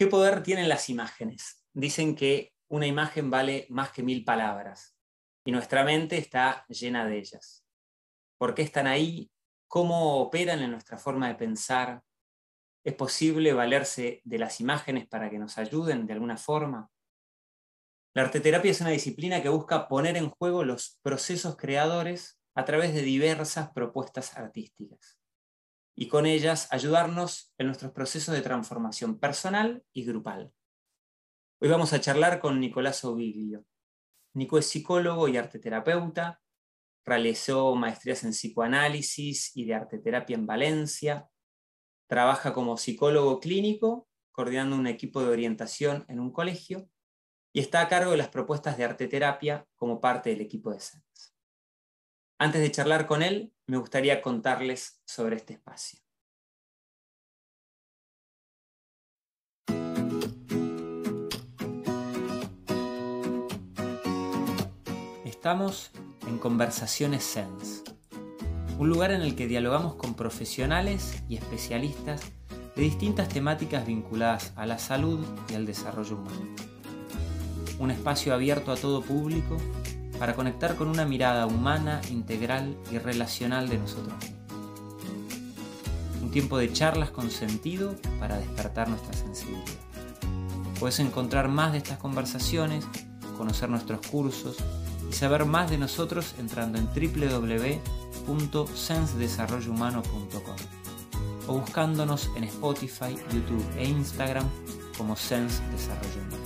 ¿Qué poder tienen las imágenes? Dicen que una imagen vale más que 1000 palabras y nuestra mente está llena de ellas. ¿Por qué están ahí? ¿Cómo operan en nuestra forma de pensar? ¿Es posible valerse de las imágenes para que nos ayuden de alguna forma? La arteterapia es una disciplina que busca poner en juego los procesos creadores a través de diversas propuestas artísticas y con ellas ayudarnos en nuestros procesos de transformación personal y grupal. Hoy vamos a charlar con Nicolás Oviglio. Nico es psicólogo y arteterapeuta, realizó maestrías en psicoanálisis y de arteterapia en Valencia, trabaja como psicólogo clínico, coordinando un equipo de orientación en un colegio, y está a cargo de las propuestas de arteterapia como parte del equipo de SENS. Antes de charlar con él, me gustaría contarles sobre este espacio. Estamos en Conversaciones SENS, un lugar en el que dialogamos con profesionales y especialistas de distintas temáticas vinculadas a la salud y al desarrollo humano. Un espacio abierto a todo público para conectar con una mirada humana, integral y relacional de nosotros mismos. Un tiempo de charlas con sentido para despertar nuestra sensibilidad. Puedes encontrar más de estas conversaciones, conocer nuestros cursos y saber más de nosotros entrando en www.sensdesarrollohumano.com o buscándonos en Spotify, YouTube e Instagram como Sens Desarrollo Humano.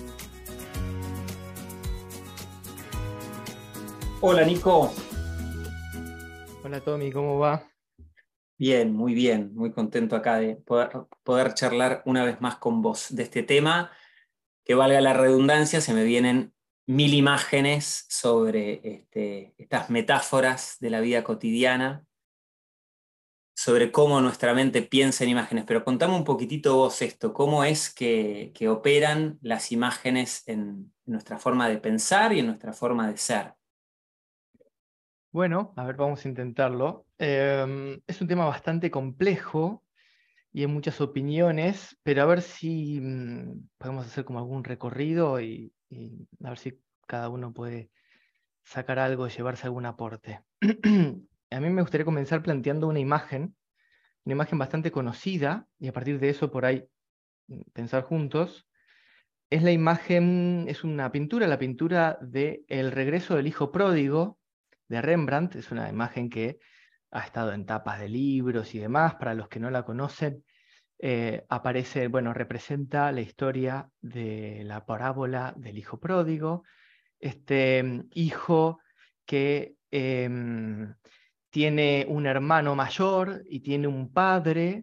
Hola Nico. Hola Tommy, ¿cómo va? Bien, muy contento acá de poder charlar una vez más con vos de este tema, que valga la redundancia, se me vienen 1000 imágenes sobre estas metáforas de la vida cotidiana, sobre cómo nuestra mente piensa en imágenes, pero contame un poquitito vos esto, cómo es que operan las imágenes en nuestra forma de pensar y en nuestra forma de ser. Bueno, a ver, vamos a intentarlo. Es un tema bastante complejo y hay muchas opiniones, pero a ver si podemos hacer como algún recorrido y a ver si cada uno puede sacar algo, llevarse algún aporte. A mí me gustaría comenzar planteando una imagen bastante conocida, y a partir de eso por ahí pensar juntos. Es la imagen, es una pintura, la pintura de El regreso del hijo pródigo de Rembrandt. Es una imagen que ha estado en tapas de libros y demás. Para los que no la conocen, aparece, bueno, representa la historia de la parábola del hijo pródigo. Este hijo que tiene un hermano mayor y tiene un padre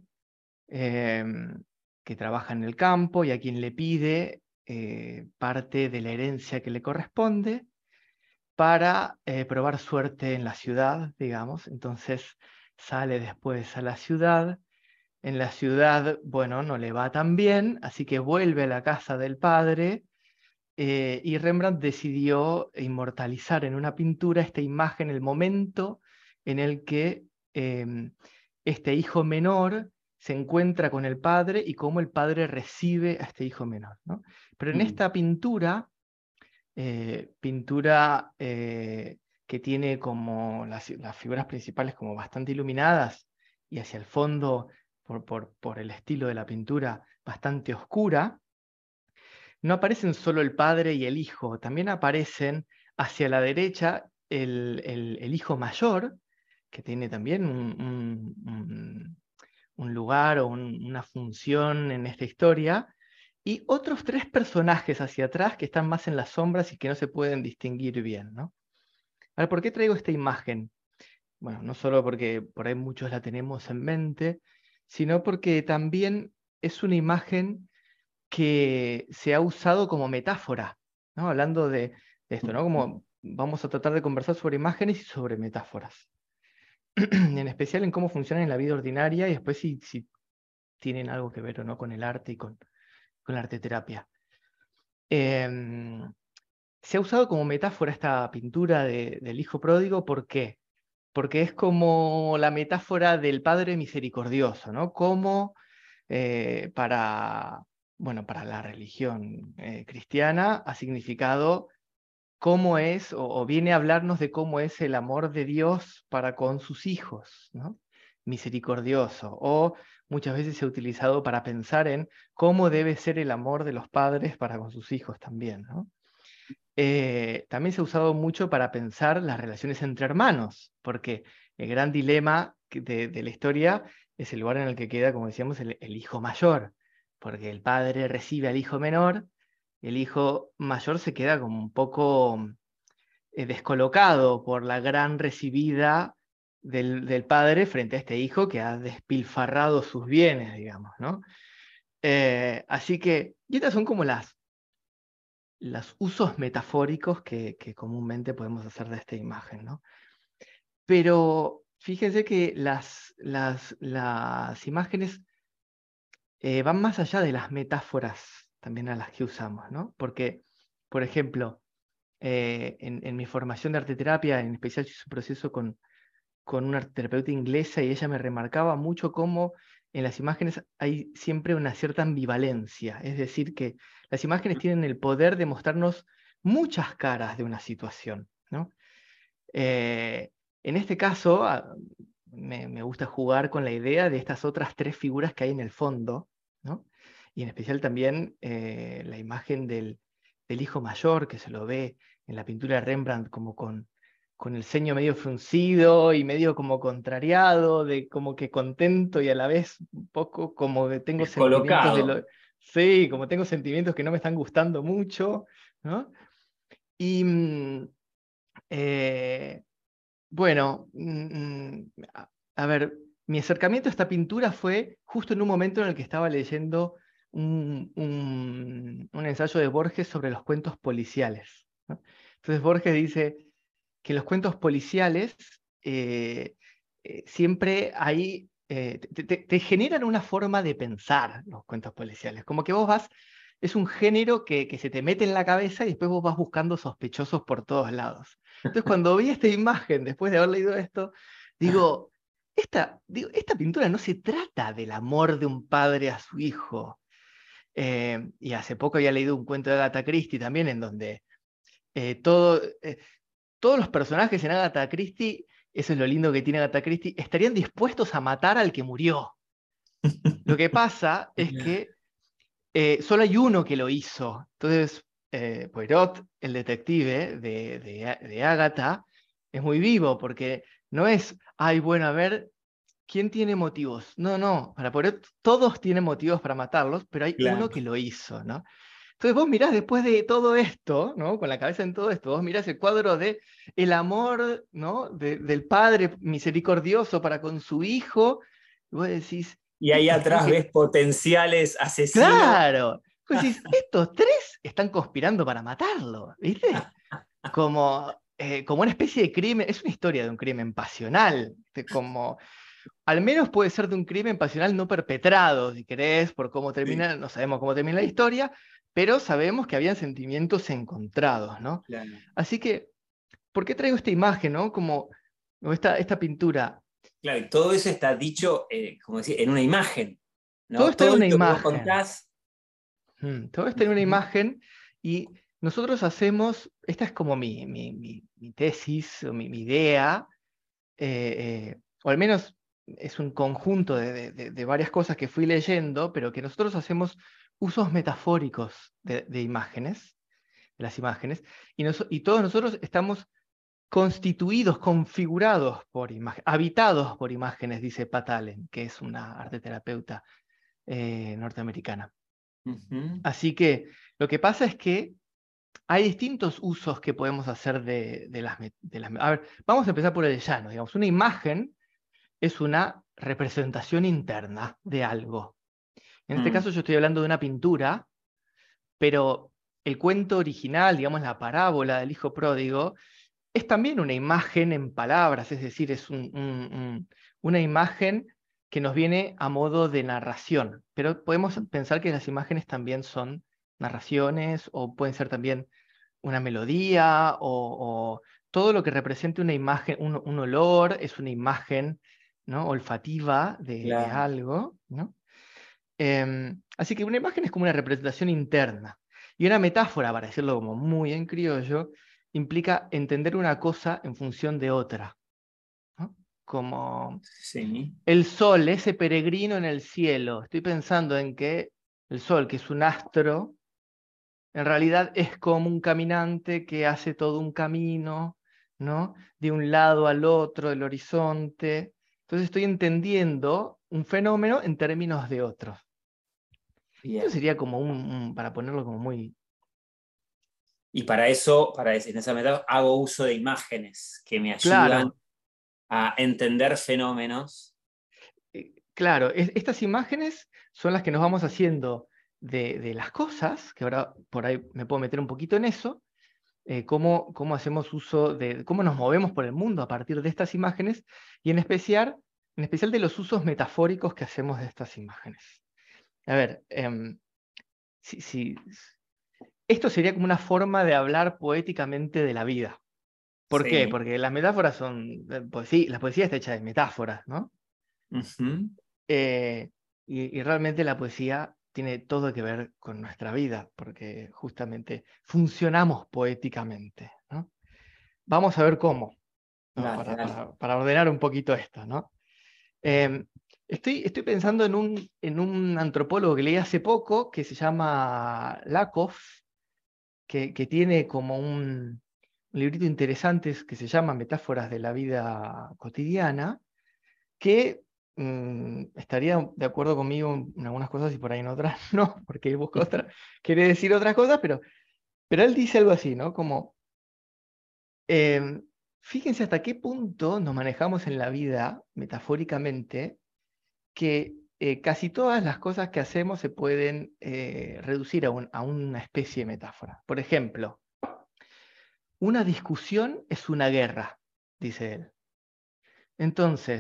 que trabaja en el campo y a quien le pide parte de la herencia que le corresponde para probar suerte en la ciudad, digamos. Entonces sale después a la ciudad. En la ciudad, bueno, no le va tan bien, así que vuelve a la casa del padre y Rembrandt decidió inmortalizar en una pintura esta imagen, el momento en el que este hijo menor se encuentra con el padre y cómo el padre recibe a este hijo menor, ¿no? Pero en esta pintura, que tiene como las figuras principales como bastante iluminadas y hacia el fondo, por el estilo de la pintura, bastante oscura, no aparecen solo el padre y el hijo, también aparecen hacia la derecha el hijo mayor, que tiene también un lugar o una función en esta historia, y otros 3 personajes hacia atrás que están más en las sombras y que no se pueden distinguir bien, ¿no? Ahora, ¿por qué traigo esta imagen? Bueno, no solo porque por ahí muchos la tenemos en mente, sino porque también es una imagen que se ha usado como metáfora, ¿no? Hablando de esto, ¿no? Como vamos a tratar de conversar sobre imágenes y sobre metáforas. En especial en cómo funcionan en la vida ordinaria y después si tienen algo que ver o no con el arte y con la arteterapia. Se ha usado como metáfora esta pintura del hijo pródigo, ¿por qué? Porque es como la metáfora del padre misericordioso, ¿no? Como para bueno, para la religión cristiana ha significado cómo es, o viene a hablarnos de cómo es el amor de Dios para con sus hijos, ¿no? Misericordioso, o muchas veces se ha utilizado para pensar en cómo debe ser el amor de los padres para con sus hijos también, ¿no? También se ha usado mucho para pensar las relaciones entre hermanos, porque el gran dilema de la historia es el lugar en el que queda, como decíamos, el hijo mayor, porque el padre recibe al hijo menor, el hijo mayor se queda como un poco descolocado por la gran recibida del padre frente a este hijo que ha despilfarrado sus bienes, digamos, ¿no? Así que, y estas son como los usos metafóricos que comúnmente podemos hacer de esta imagen, ¿no? Pero fíjense que las imágenes van más allá de las metáforas también a las que usamos, ¿no? Porque, por ejemplo, en mi formación de arteterapia, en especial hice un proceso con una terapeuta inglesa y ella me remarcaba mucho cómo en las imágenes hay siempre una cierta ambivalencia, es decir, que las imágenes tienen el poder de mostrarnos muchas caras de una situación, ¿no? En este caso, me gusta jugar con la idea de estas otras tres figuras que hay en el fondo, ¿no? Y en especial también la imagen del hijo mayor, que se lo ve en la pintura de Rembrandt como con el ceño medio fruncido y medio como contrariado, de como que contento y a la vez un poco como que tengo sentimientos Descolocado. Sí, como tengo sentimientos que no me están gustando mucho, ¿no? Y eh, bueno, a ver, mi acercamiento a esta pintura fue justo en un momento en el que estaba leyendo un ensayo de Borges sobre los cuentos policiales, ¿no? Entonces Borges dice que los cuentos policiales siempre hay, te generan una forma de pensar los cuentos policiales, como que vos vas, es un género que se te mete en la cabeza y después vos vas buscando sospechosos por todos lados. Entonces, cuando vi esta imagen, después de haber leído esto, digo, esta pintura no se trata del amor de un padre a su hijo. Y hace poco había leído un cuento de Agatha Christie también, en donde todos los personajes en Agatha Christie, eso es lo lindo que tiene Agatha Christie, estarían dispuestos a matar al que murió. Lo que pasa es que solo hay uno que lo hizo. Entonces, Poirot, el detective de Agatha, es muy vivo porque no es, ay, bueno, a ver, ¿quién tiene motivos? No, no, para Poirot todos tienen motivos para matarlos, pero hay uno Claro. que lo hizo, ¿no? Entonces vos mirás después de todo esto, ¿no? Con la cabeza en todo esto, vos mirás el cuadro de el amor, ¿no? Del padre misericordioso para con su hijo, y vos decís, Y ahí estos tres atrás ves potenciales asesinos. claro. Vos decís, estos tres están conspirando para matarlo, ¿viste? Como una especie de crimen, es una historia de un crimen pasional, como, al menos puede ser de un crimen pasional no perpetrado, si querés, por cómo Sí, termina, no sabemos cómo termina la historia, pero sabemos que habían sentimientos encontrados, ¿no? claro. Así que, ¿por qué traigo esta imagen, ¿no? Como esta pintura. Claro, y todo eso está dicho, como decía, en una imagen, Todo ¿no? está en Todo una esto que vos imagen. contás. Todo está en una imagen y nosotros hacemos, esta es como mi tesis o mi idea, o al menos es un conjunto de varias cosas que fui leyendo, pero que nosotros hacemos usos metafóricos de imágenes, de las imágenes, y todos nosotros estamos constituidos, configurados por imágenes, habitados por imágenes, dice Pat Allen, que es una arteterapeuta norteamericana. Ujú. Así que lo que pasa es que hay distintos usos que podemos hacer A ver, vamos a empezar por el llano. Digamos, una imagen es una representación interna de algo. En este Mm, caso yo estoy hablando de una pintura, pero el cuento original, digamos la parábola del hijo pródigo, es también una imagen en palabras, es decir, es una imagen que nos viene a modo de narración. Pero podemos pensar que las imágenes también son narraciones o pueden ser también una melodía o todo lo que represente una imagen, un olor es una imagen, ¿no? Olfativa de claro. algo, ¿no? Así que una imagen es como una representación interna. Y una metáfora, para decirlo como muy en criollo, implica entender una cosa en función de otra, ¿no? Como Sí, el sol, ese peregrino en el cielo. Estoy pensando en que el sol, que es un astro, en realidad es como un caminante que hace todo un camino, ¿no? De un lado al otro del horizonte. Entonces estoy entendiendo un fenómeno en términos de otros. Esto bien. sería como para ponerlo como muy... Y para eso, en esa metáfora, hago uso de imágenes que me ayudan Claro, a entender fenómenos. claro, estas imágenes son las que nos vamos haciendo de las cosas, que ahora por ahí me puedo meter un poquito en eso, cómo hacemos uso cómo nos movemos por el mundo a partir de estas imágenes, y en especial de los usos metafóricos que hacemos de estas imágenes. A ver, esto sería como una forma de hablar poéticamente de la vida. ¿Por qué? Sí. Porque las metáforas son, poesía, la poesía está hecha de metáforas, ¿no? Ujú. Eh, y realmente la poesía tiene todo que ver con nuestra vida, porque justamente funcionamos poéticamente, ¿no? Vamos a ver cómo, ¿no? Dale, dale. Para ordenar un poquito esto, ¿no? Eh, estoy pensando en un antropólogo que leí hace poco, que se llama Lakoff, que tiene como un librito interesante que se llama Metáforas de la vida cotidiana, que estaría de acuerdo conmigo en algunas cosas y por ahí en otras no, porque él busca quiere decir otras cosas, pero él dice algo así, ¿no? Como, eh, fíjense hasta qué punto nos manejamos en la vida, metafóricamente, que casi todas las cosas que hacemos se pueden reducir a una especie de metáfora. Por ejemplo, una discusión es una guerra, dice él. Entonces,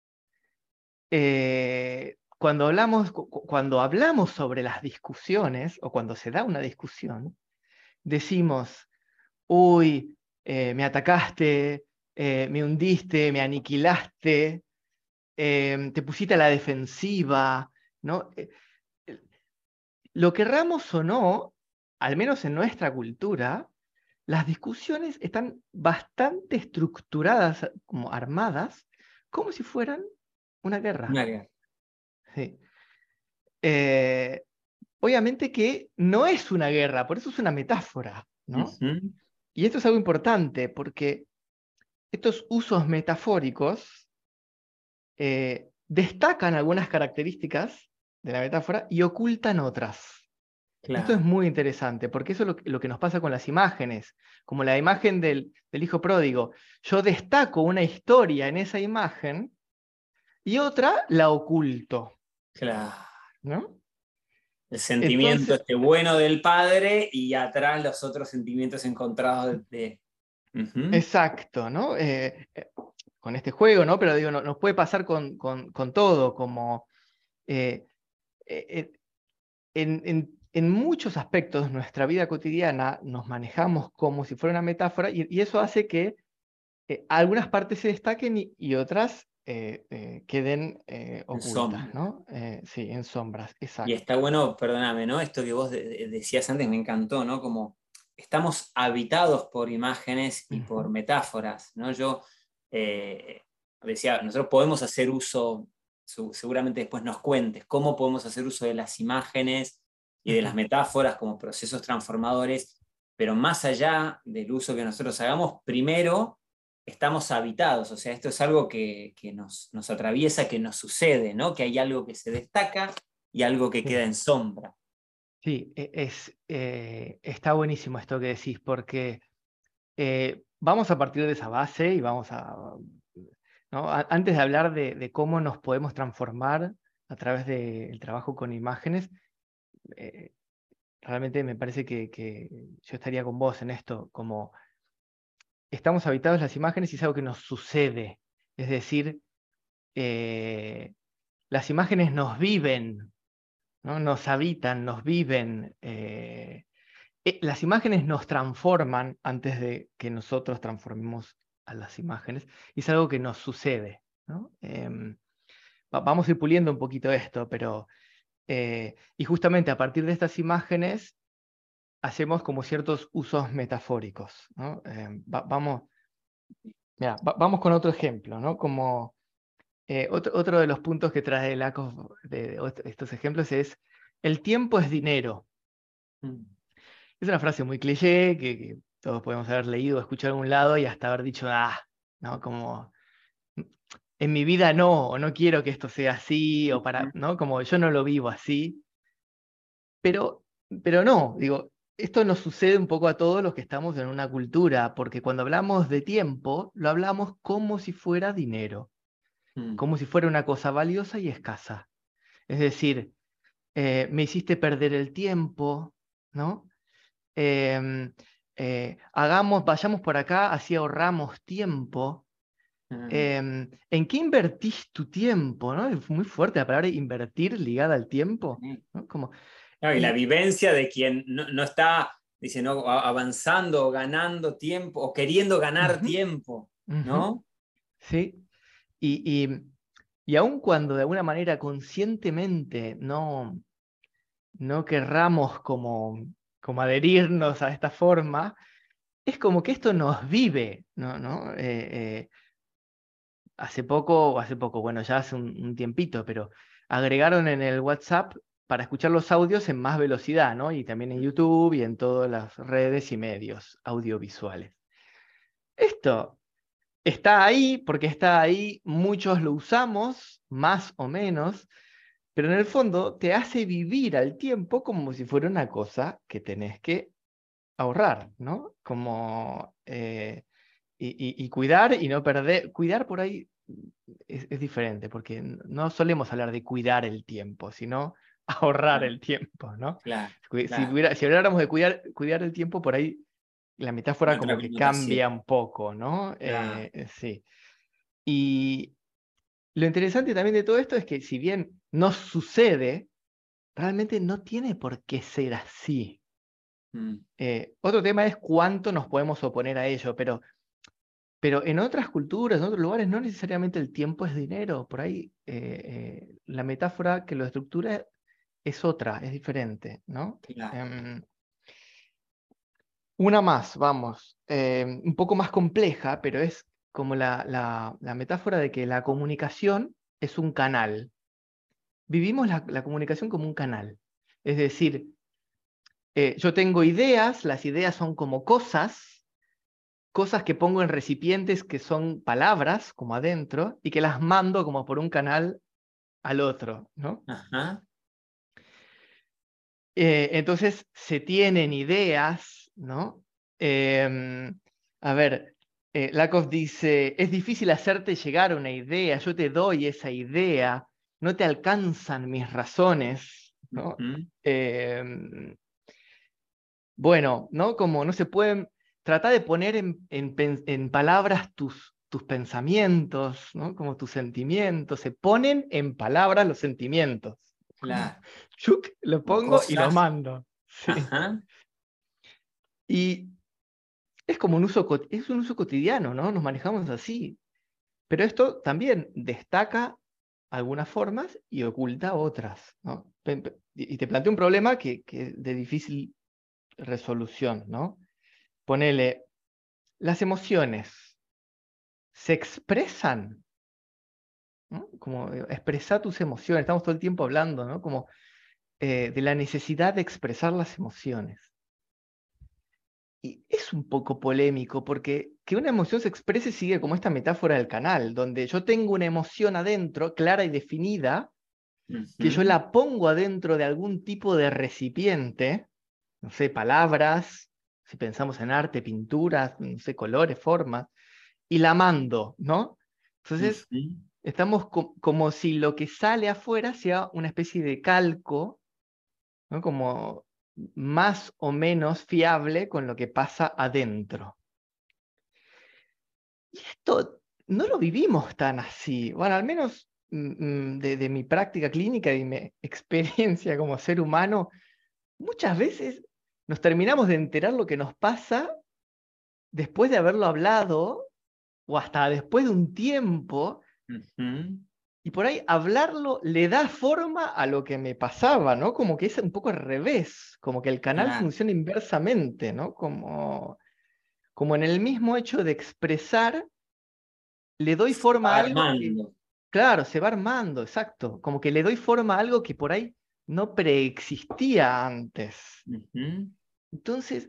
cuando hablamos sobre las discusiones, o cuando se da una discusión, decimos, uy, me atacaste, me hundiste, me aniquilaste, te pusiste a la defensiva, ¿no? Lo querramos o no, al menos en nuestra cultura, las discusiones están bastante estructuradas, como armadas, como si fueran una guerra. Una guerra. Sí. Eh, Obviamente que no es una guerra, por eso es una metáfora, ¿no? Ujú. Y esto es algo importante, porque estos usos metafóricos destacan algunas características de la metáfora y ocultan otras. Esto es Claro, muy interesante, porque eso es lo que nos pasa con las imágenes, como la imagen del hijo pródigo. Yo destaco una historia en esa imagen y otra la oculto, claro. ¿no? El sentimiento Entonces, este bueno del padre y atrás los otros sentimientos encontrados Ujú. exacto, ¿no? Con este juego, ¿no? Pero digo, nos puede pasar con todo, como eh, eh, en muchos aspectos de nuestra vida cotidiana nos manejamos como si fuera una metáfora y eso hace que algunas partes se destaquen y otras queden En ocultas, sombra. ¿no? Sí, en sombras, Y exacto. está bueno, perdóname, ¿no? Esto que vos decías antes me encantó, ¿no? Como estamos habitados por imágenes y por Ujú, metáforas, ¿no? Yo decía, nosotros podemos hacer uso, seguramente después nos cuentes, cómo podemos hacer uso de las imágenes y de las ujú. metáforas como procesos transformadores, pero más allá del uso que nosotros hagamos, primero estamos habitados, o sea, esto es algo que nos atraviesa, que nos sucede, ¿no? Que hay algo que se destaca y algo que queda Sí, en sombra. sí, está buenísimo esto que decís, porque vamos a partir de esa base y vamos ¿no? Antes de hablar de cómo nos podemos transformar a través del trabajo con imágenes, eh, realmente me parece que yo estaría con vos en esto, como estamos habitados en las imágenes y es algo que nos sucede. Es decir, eh, las imágenes nos viven, ¿no? Nos habitan, nos viven. Las imágenes nos transforman antes de que nosotros transformemos a las imágenes y es algo que nos sucede, ¿no? Vamos a ir puliendo un poquito esto, pero Y justamente a partir de estas imágenes hacemos como ciertos usos metafóricos, ¿no? Vamos con otro ejemplo, ¿no? Como otro de los puntos que trae Lakoff de estos ejemplos es: el tiempo es dinero. Mm. Es una frase muy cliché que todos podemos haber leído o escuchado en algún lado y hasta haber dicho, ¿no? Como en mi vida no, o no quiero que esto sea así, o ¿no? Como yo no lo vivo así. Pero no, digo, esto nos sucede un poco a todos los que estamos en una cultura, porque cuando hablamos de tiempo, lo hablamos como si fuera dinero, Mm. como si fuera una cosa valiosa y escasa. Es decir, me hiciste perder el tiempo, ¿no? Em, vayamos por acá, así ahorramos tiempo. Mm. ¿En qué invertís tu tiempo? ¿No? Es muy fuerte la palabra invertir ligada al tiempo, Sí. ¿no? Como, Claro, y la y, vivencia de quien no está, dice, ¿no? Avanzando o ganando tiempo o queriendo ganar ujú, tiempo, ujú, ¿no? sí. Y, y, y aun cuando de alguna manera conscientemente no querramos como adherirnos a esta forma, es como que esto nos vive, ¿no? Hace poco, bueno, ya hace un tiempito, pero agregaron en el WhatsApp para escuchar los audios en más velocidad, ¿no? Y también en YouTube y en todas las redes y medios audiovisuales. Esto está ahí porque está ahí, muchos lo usamos, más o menos, pero en el fondo te hace vivir al tiempo como si fuera una cosa que tenés que ahorrar, ¿no? Como y cuidar y no perder. Cuidar por ahí es diferente, porque no solemos hablar de cuidar el tiempo, sino ahorrar Ah, el tiempo, ¿no? claro, Si, claro. si habláramos de cuidar el tiempo, por ahí la metáfora En otra como que connotación. cambia un poco, ¿no? Claro. Sí. Y lo interesante también de todo esto es que si bien nos sucede, realmente no tiene por qué ser así. Mm. Otro tema es cuánto nos podemos oponer a ello, pero en otras culturas, en otros lugares, no necesariamente el tiempo es dinero. Por ahí la metáfora que lo estructura es otra, es diferente, ¿no? Claro. Una más, vamos, un poco más compleja, pero es como la metáfora de que la comunicación es un canal. Vivimos la comunicación como un canal. Es decir, yo tengo ideas, las ideas son como cosas que pongo en recipientes que son palabras, como adentro, y que las mando como por un canal al otro, ¿no? Ajá. Entonces se tienen ideas, ¿no? A ver, Lakoff dice, es difícil hacerte llegar a una idea, yo te doy esa idea, no te alcanzan mis razones, ¿no? Ujú. Em, bueno, ¿no? Como no se pueden, trata de poner en palabras tus pensamientos, ¿no? Como tus sentimientos, se ponen en palabras los sentimientos. Como, Claro. chuc, lo Como pongo y lo cosas. mando. Sí. Ajá. Y es como es un uso cotidiano, ¿no? Nos manejamos así. Pero esto también destaca algunas formas y oculta otras, ¿no? Y te planteo un problema que es de difícil resolución, ¿no? Ponele, las emociones se expresan, ¿no? Como expresar tus emociones, estamos todo el tiempo hablando, ¿no? Como de la necesidad de expresar las emociones. Y es un poco polémico porque que una emoción se exprese sigue como esta metáfora del canal, donde yo tengo una emoción adentro, clara y definida, que yo Ujú. la pongo adentro de algún tipo de recipiente, no sé, palabras, si pensamos en arte, pinturas, no sé, colores, formas, y la mando, ¿no? Entonces, Ujú. estamos como si lo que sale afuera sea una especie de calco, ¿no? Como más o menos fiable con lo que pasa adentro. Y esto no lo vivimos tan así. Bueno, al menos de mi práctica clínica y mi experiencia como ser humano, muchas veces nos terminamos de enterar lo que nos pasa después de haberlo hablado o hasta después de un tiempo. Ujú. Y por ahí hablarlo le da forma a lo que me pasaba, ¿no? Como que es un poco al revés, como que el canal Claro, funciona inversamente, ¿no? Como en el mismo hecho de expresar, le doy se forma va a algo que, armando. claro, se va armando, exacto. Como que le doy forma a algo que por ahí no preexistía antes. Ujú. Entonces,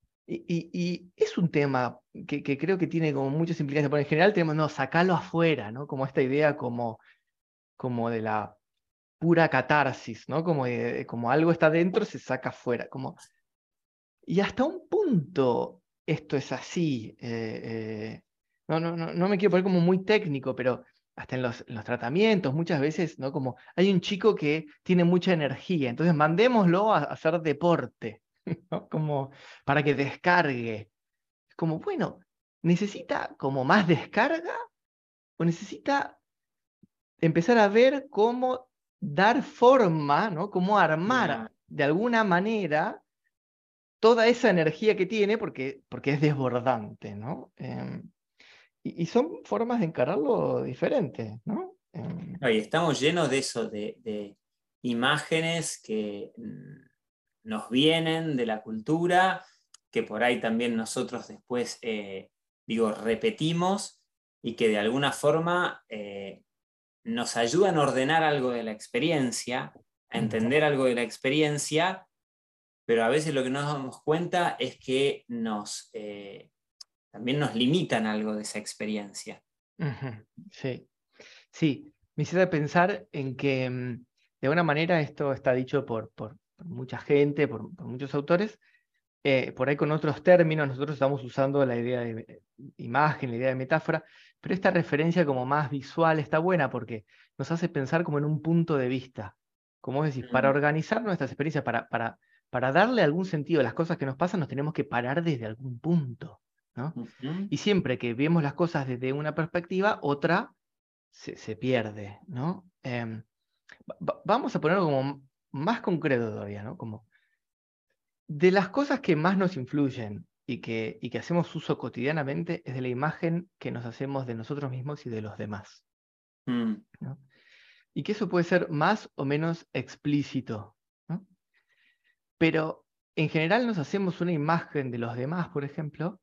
y es un tema que creo que tiene como muchas implicancias, porque en general tenemos, no, sacarlo afuera, ¿no? Como esta idea como de la pura catarsis, ¿no? Como algo está dentro, se saca afuera. Y hasta un punto esto es así. No me quiero poner como muy técnico, pero hasta en los tratamientos muchas veces, ¿no? Como hay un chico que tiene mucha energía, entonces mandémoslo a hacer deporte, ¿no? Como para que descargue. Como, bueno, ¿necesita como más descarga o necesita empezar a ver cómo dar forma, ¿no? Cómo armar Claro. de alguna manera toda esa energía que tiene porque es desbordante, ¿no? Y son formas de encararlo diferentes, ¿no? No, y estamos llenos de eso, de imágenes que nos vienen de la cultura, que por ahí también nosotros después, digo, repetimos y que de alguna forma nos ayudan a ordenar algo de la experiencia, a Ujú. entender algo de la experiencia, pero a veces lo que nos damos cuenta es que también nos limitan algo de esa experiencia. Ujú. Sí, sí. Me hiciste pensar en que de alguna manera esto está dicho por mucha gente, por muchos autores, por ahí con otros términos, nosotros estamos usando la idea de imagen, la idea de metáfora, pero esta referencia como más visual está buena porque nos hace pensar como en un punto de vista. Como vos decís, para Mm, organizar nuestras experiencias, para darle algún sentido a las cosas que nos pasan, nos tenemos que parar desde algún punto, ¿no? ujú. Y siempre que vemos las cosas desde una perspectiva, otra se pierde, ¿no? Vamos a ponerlo como más concreto todavía, ¿no? Como de las cosas que más nos influyen y que hacemos uso cotidianamente es de la imagen que nos hacemos de nosotros mismos y de los demás, Mm, ¿no? Y que eso puede ser más o menos explícito, ¿no? Pero en general nos hacemos una imagen de los demás, por ejemplo,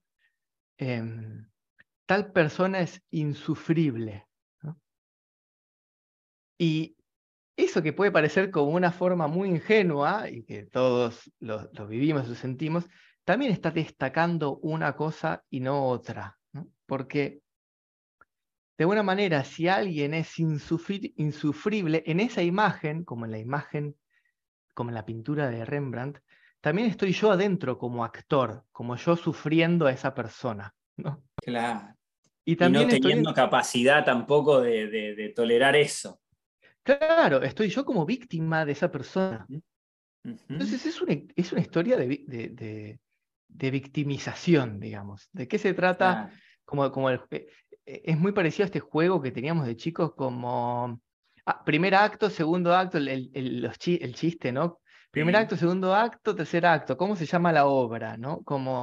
em, tal persona es insufrible, ¿no? Y eso que puede parecer como una forma muy ingenua y que todos lo vivimos y lo sentimos, también está destacando una cosa y no otra, ¿no? Porque de alguna manera, si alguien es insufrible en esa imagen, como en la imagen, como en la pintura de Rembrandt, también estoy yo adentro como actor, como yo sufriendo a esa persona, ¿no? claro. Y Y no también teniendo capacidad tampoco de tolerar eso. claro, estoy yo como víctima de esa persona. Ujú, ujú. Entonces es una historia de victimización, digamos. ¿De qué se trata? Claro, Es muy parecido a este juego que teníamos de chicos como primer acto, segundo acto, el chiste, ¿no? Primer sí, acto, segundo acto, tercer acto. ¿Cómo se llama la obra, no?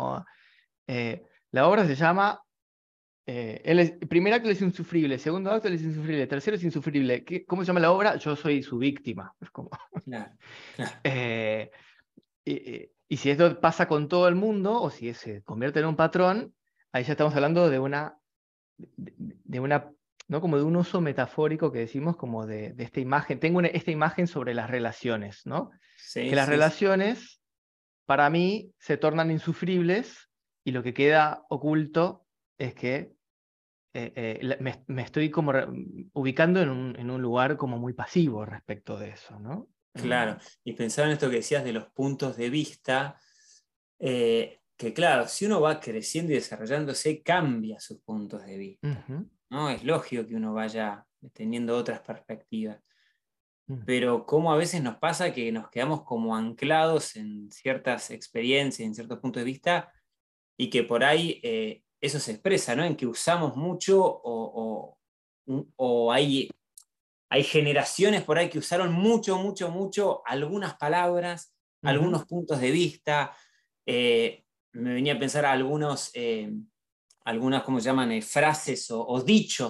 La obra se llama el primer acto es insufrible, segundo acto es insufrible, tercero es insufrible. ¿Cómo se llama la obra? Yo soy su víctima. Es como, claro, claro. eh, y si esto pasa con todo el mundo, o si se convierte en un patrón, ahí ya estamos hablando de una, ¿no? Como de un uso metafórico que decimos como de esta imagen. Tengo esta imagen sobre las relaciones, ¿no? Que Sí, las sí, sí. relaciones, para mí, se tornan insufribles y lo que queda oculto es que me estoy como ubicando en un lugar como muy pasivo respecto de eso, ¿no? Claro. Y pensaba en esto que decías de los puntos de vista, que claro, si uno va creciendo y desarrollándose, cambia sus puntos de vista, Ujú, ¿no? Es lógico que uno vaya teniendo otras perspectivas. ujú, Pero cómo a veces nos pasa que nos quedamos como anclados en ciertas experiencias, en ciertos puntos de vista, y que por ahí eso se expresa, ¿no? En que usamos mucho o hay generaciones por ahí que usaron mucho, mucho, mucho algunas palabras, ujú. algunos puntos de vista. Me venía a pensar algunas, ¿cómo se llaman? Frases o dichos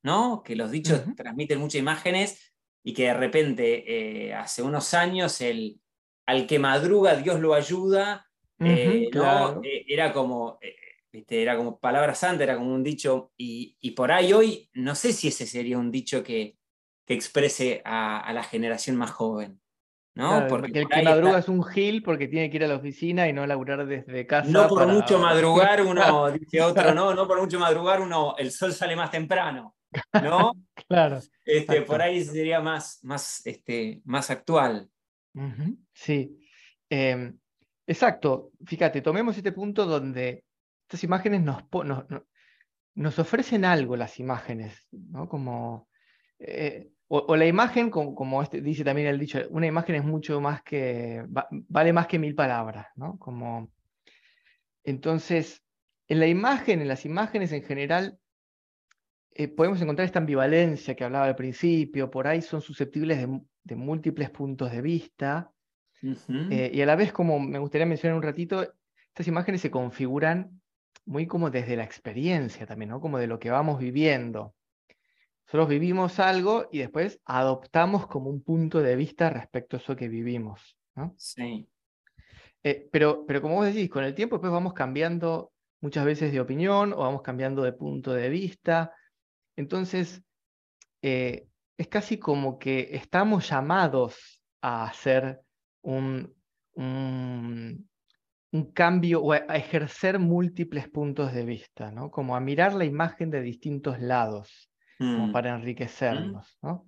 ¿no? Que los dichos Ujú. transmiten muchas imágenes y que de repente, hace unos años, al que madruga Dios lo ayuda, Ujú, ¿no? claro. Era como, ¿viste? Era como palabra santa, era como un dicho, y por ahí hoy no sé si ese sería un dicho que exprese a la generación más joven, ¿no? Claro, Porque que el por que ahí madruga está, es un gil porque tiene que ir a la oficina y no laburar desde no casa por mucho para... madrugar uno, dice otro, no, no por mucho madrugar uno, el sol sale más temprano, ¿no? Claro, Por exacto. ahí sería más actual. Ujú, sí. Exacto. Fíjate, tomemos este punto donde estas imágenes nos ofrecen algo, las imágenes, ¿no? Como, o la imagen, como dice también el dicho, una imagen es mucho más que, vale más que 1000 palabras, ¿no? Como, entonces, en la imagen, en las imágenes en general, podemos encontrar esta ambivalencia que hablaba al principio, por ahí son susceptibles de múltiples puntos de vista, Ujú. y a la vez, como me gustaría mencionar un ratito, estas imágenes se configuran muy como desde la experiencia también, ¿no? Como de lo que vamos viviendo. Nosotros vivimos algo y después adoptamos como un punto de vista respecto a eso que vivimos, ¿no? Sí. Pero como vos decís, con el tiempo después vamos cambiando muchas veces de opinión o vamos cambiando de punto de vista. Entonces, eh, es casi como que estamos llamados a hacer un, un, un cambio o a ejercer múltiples puntos de vista, ¿no? Como a mirar la imagen de distintos lados, como Mm. para Mm. enriquecernos, ¿no?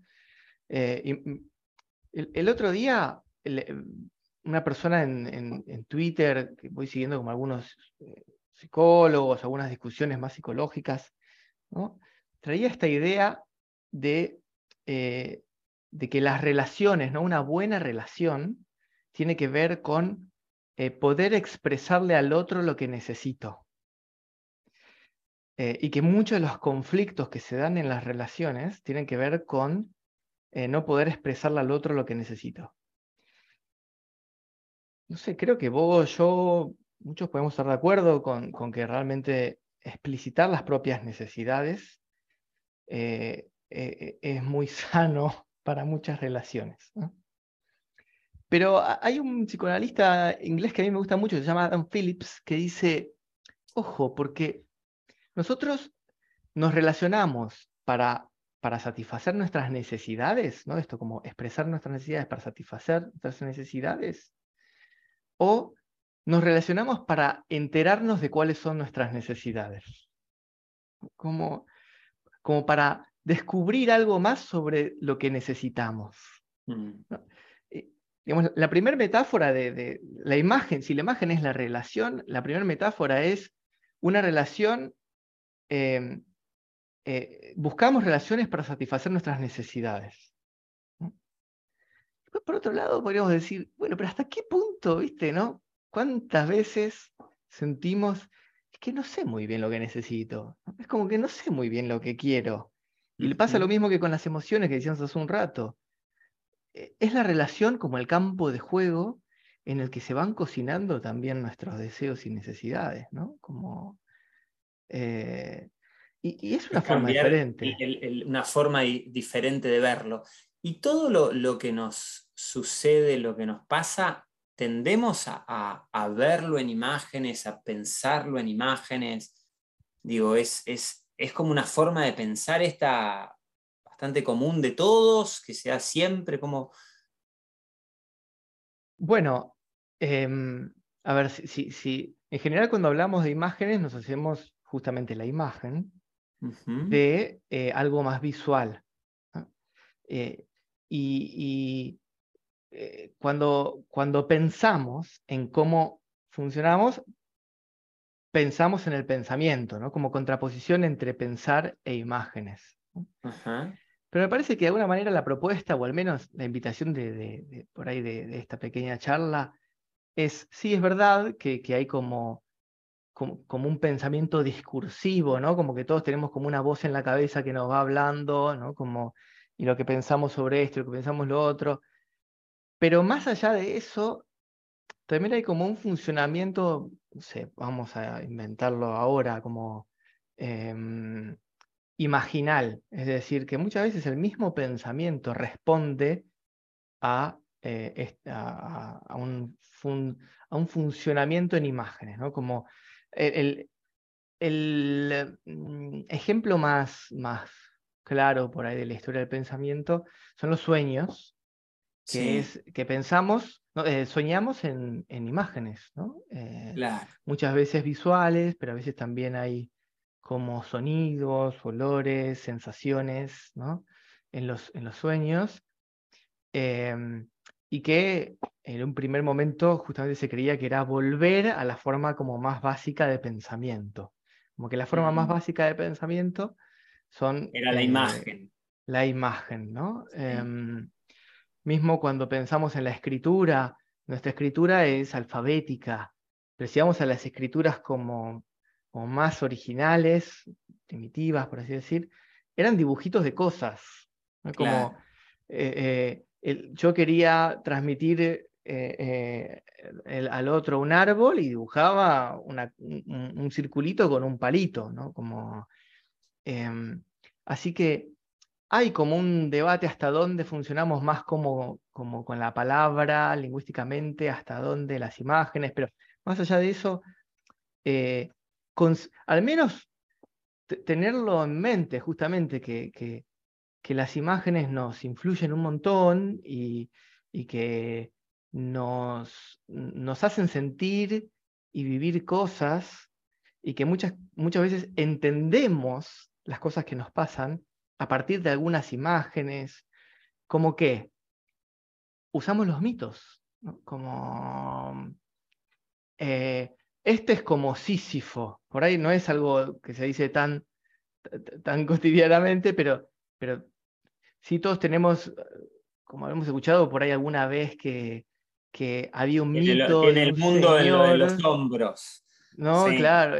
El otro día, una persona en Twitter, que voy siguiendo como algunos psicólogos, algunas discusiones más psicológicas, ¿no? Traía esta idea de, eh, de que las relaciones, ¿no? Una buena relación tiene que ver con poder expresarle al otro lo que necesito. Y que muchos de los conflictos que se dan en las relaciones tienen que ver con no poder expresarle al otro lo que necesito. No sé, creo que vos, yo, muchos podemos estar de acuerdo con que realmente explicitar las propias necesidades es muy sano para muchas relaciones, ¿no? Pero hay un psicoanalista inglés que a mí me gusta mucho, se llama Adam Phillips, que dice, ojo, porque nosotros nos relacionamos para satisfacer nuestras necesidades, ¿no? Esto como expresar nuestras necesidades para satisfacer nuestras necesidades, o nos relacionamos para enterarnos de cuáles son nuestras necesidades, como, como para descubrir algo más sobre lo que necesitamos, Mm. ¿no? Digamos, la primera metáfora de la imagen, si la imagen es la relación, la primera metáfora es una relación, eh, buscamos relaciones para satisfacer nuestras necesidades, ¿no? Después, por otro lado, podríamos decir, bueno, pero ¿hasta qué punto, viste, no? ¿Cuántas veces sentimos, es que no sé muy bien lo que necesito, ¿no? Es como que no sé muy bien lo que quiero? Y le pasa lo Ujú. mismo que con las emociones que decíamos hace un rato. Es la relación como el campo de juego en el que se van cocinando también nuestros deseos y necesidades, ¿no? Como, eh, y es una Es forma cambiar diferente. una forma diferente de verlo. Y todo lo que nos sucede, lo que nos pasa, tendemos a verlo en imágenes, a pensarlo en imágenes. Digo, es como una forma de pensar esta bastante común de todos, que sea siempre como... Bueno, a ver, en general cuando hablamos de imágenes nos hacemos justamente la imagen Ujú. de algo más visual, ¿no? Eh, y cuando pensamos en cómo funcionamos, pensamos en el pensamiento, ¿no? Como contraposición entre pensar e imágenes, ¿no? Ajá. Pero me parece que de alguna manera la propuesta, o al menos la invitación por ahí de esta pequeña charla, es, sí, es verdad que hay como un pensamiento discursivo, ¿no? Como que todos tenemos como una voz en la cabeza que nos va hablando, ¿no? Como, y lo que pensamos sobre esto, lo que pensamos lo otro. Pero más allá de eso, también hay como un funcionamiento, no sé, vamos a inventarlo ahora, como em, imaginal, es decir, que muchas veces el mismo pensamiento responde a, a a un funcionamiento en imágenes, ¿no? Como el ejemplo más claro por ahí de la historia del pensamiento son los sueños, que Sí, es que pensamos, ¿no? Soñamos en imágenes, ¿no? claro. Muchas veces visuales, pero a veces también hay como sonidos, olores, sensaciones, ¿no? En los sueños. em, y que en un primer momento justamente se creía que era volver a la forma como más básica de pensamiento. Como que la forma más Mm, básica de pensamiento son era la imagen. la imagen, ¿no? Sí. Mismo cuando pensamos en la escritura, nuestra escritura es alfabética, pero si vamos a las escrituras como más originales, primitivas, por así decir, eran dibujitos de cosas, ¿no? Como Claro. yo quería transmitir al otro un árbol y dibujaba un circulito con un palito, ¿no? Como, em, así que hay como un debate hasta dónde funcionamos más como con la palabra, lingüísticamente, hasta dónde las imágenes, pero más allá de eso, eh, al menos tenerlo en mente, justamente, que las imágenes nos influyen un montón y que nos hacen sentir y vivir cosas y que muchas veces entendemos las cosas que nos pasan a partir de algunas imágenes, como que usamos los mitos, ¿no? Como este es como Sísifo, por ahí no es algo que se dice tan cotidianamente, pero sí todos tenemos, como hemos escuchado por ahí alguna vez, que había un mito Tiene de el un mundo de, lo de los señor, hombros. ¿no? Sí. Claro,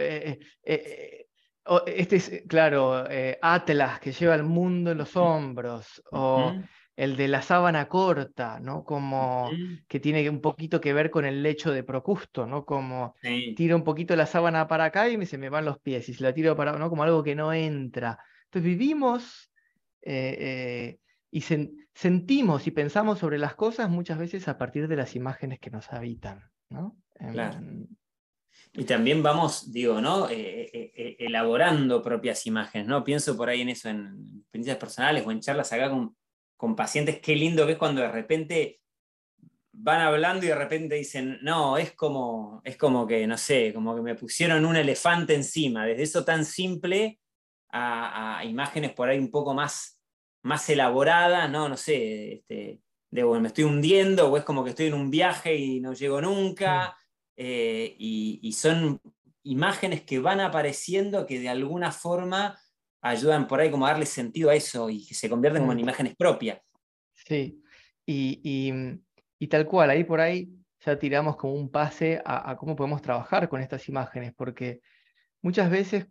este es, claro, Atlas, que lleva el mundo en los hombros, o Ujú, el de la sábana corta, ¿no? Como ujú. que tiene un poquito que ver con el lecho de Procusto, ¿no? Como Sí, tiro un poquito la sábana para acá y se me van los pies, y si la tiro para, ¿no? Como algo que no entra. Entonces vivimos eh, y sentimos y pensamos sobre las cosas muchas veces a partir de las imágenes que nos habitan, ¿no? claro. Y también vamos, digo, ¿no? Elaborando propias imágenes, ¿no? Pienso por ahí en eso, en experiencias personales o en charlas acá con pacientes. Qué lindo que es cuando de repente van hablando y de repente dicen, no, es como que, no sé, como que me pusieron un elefante encima, desde eso tan simple a imágenes por ahí un poco más elaboradas, ¿no? No sé, de bueno, me estoy hundiendo o es como que estoy en un viaje y no llego Mm, nunca, y son imágenes que van apareciendo que de alguna forma ayudan por ahí como a darle sentido a eso y que se convierten como en mm. imágenes propias. Sí, y, y tal cual, ahí por ahí ya tiramos como un pase a cómo podemos trabajar con estas imágenes, porque muchas veces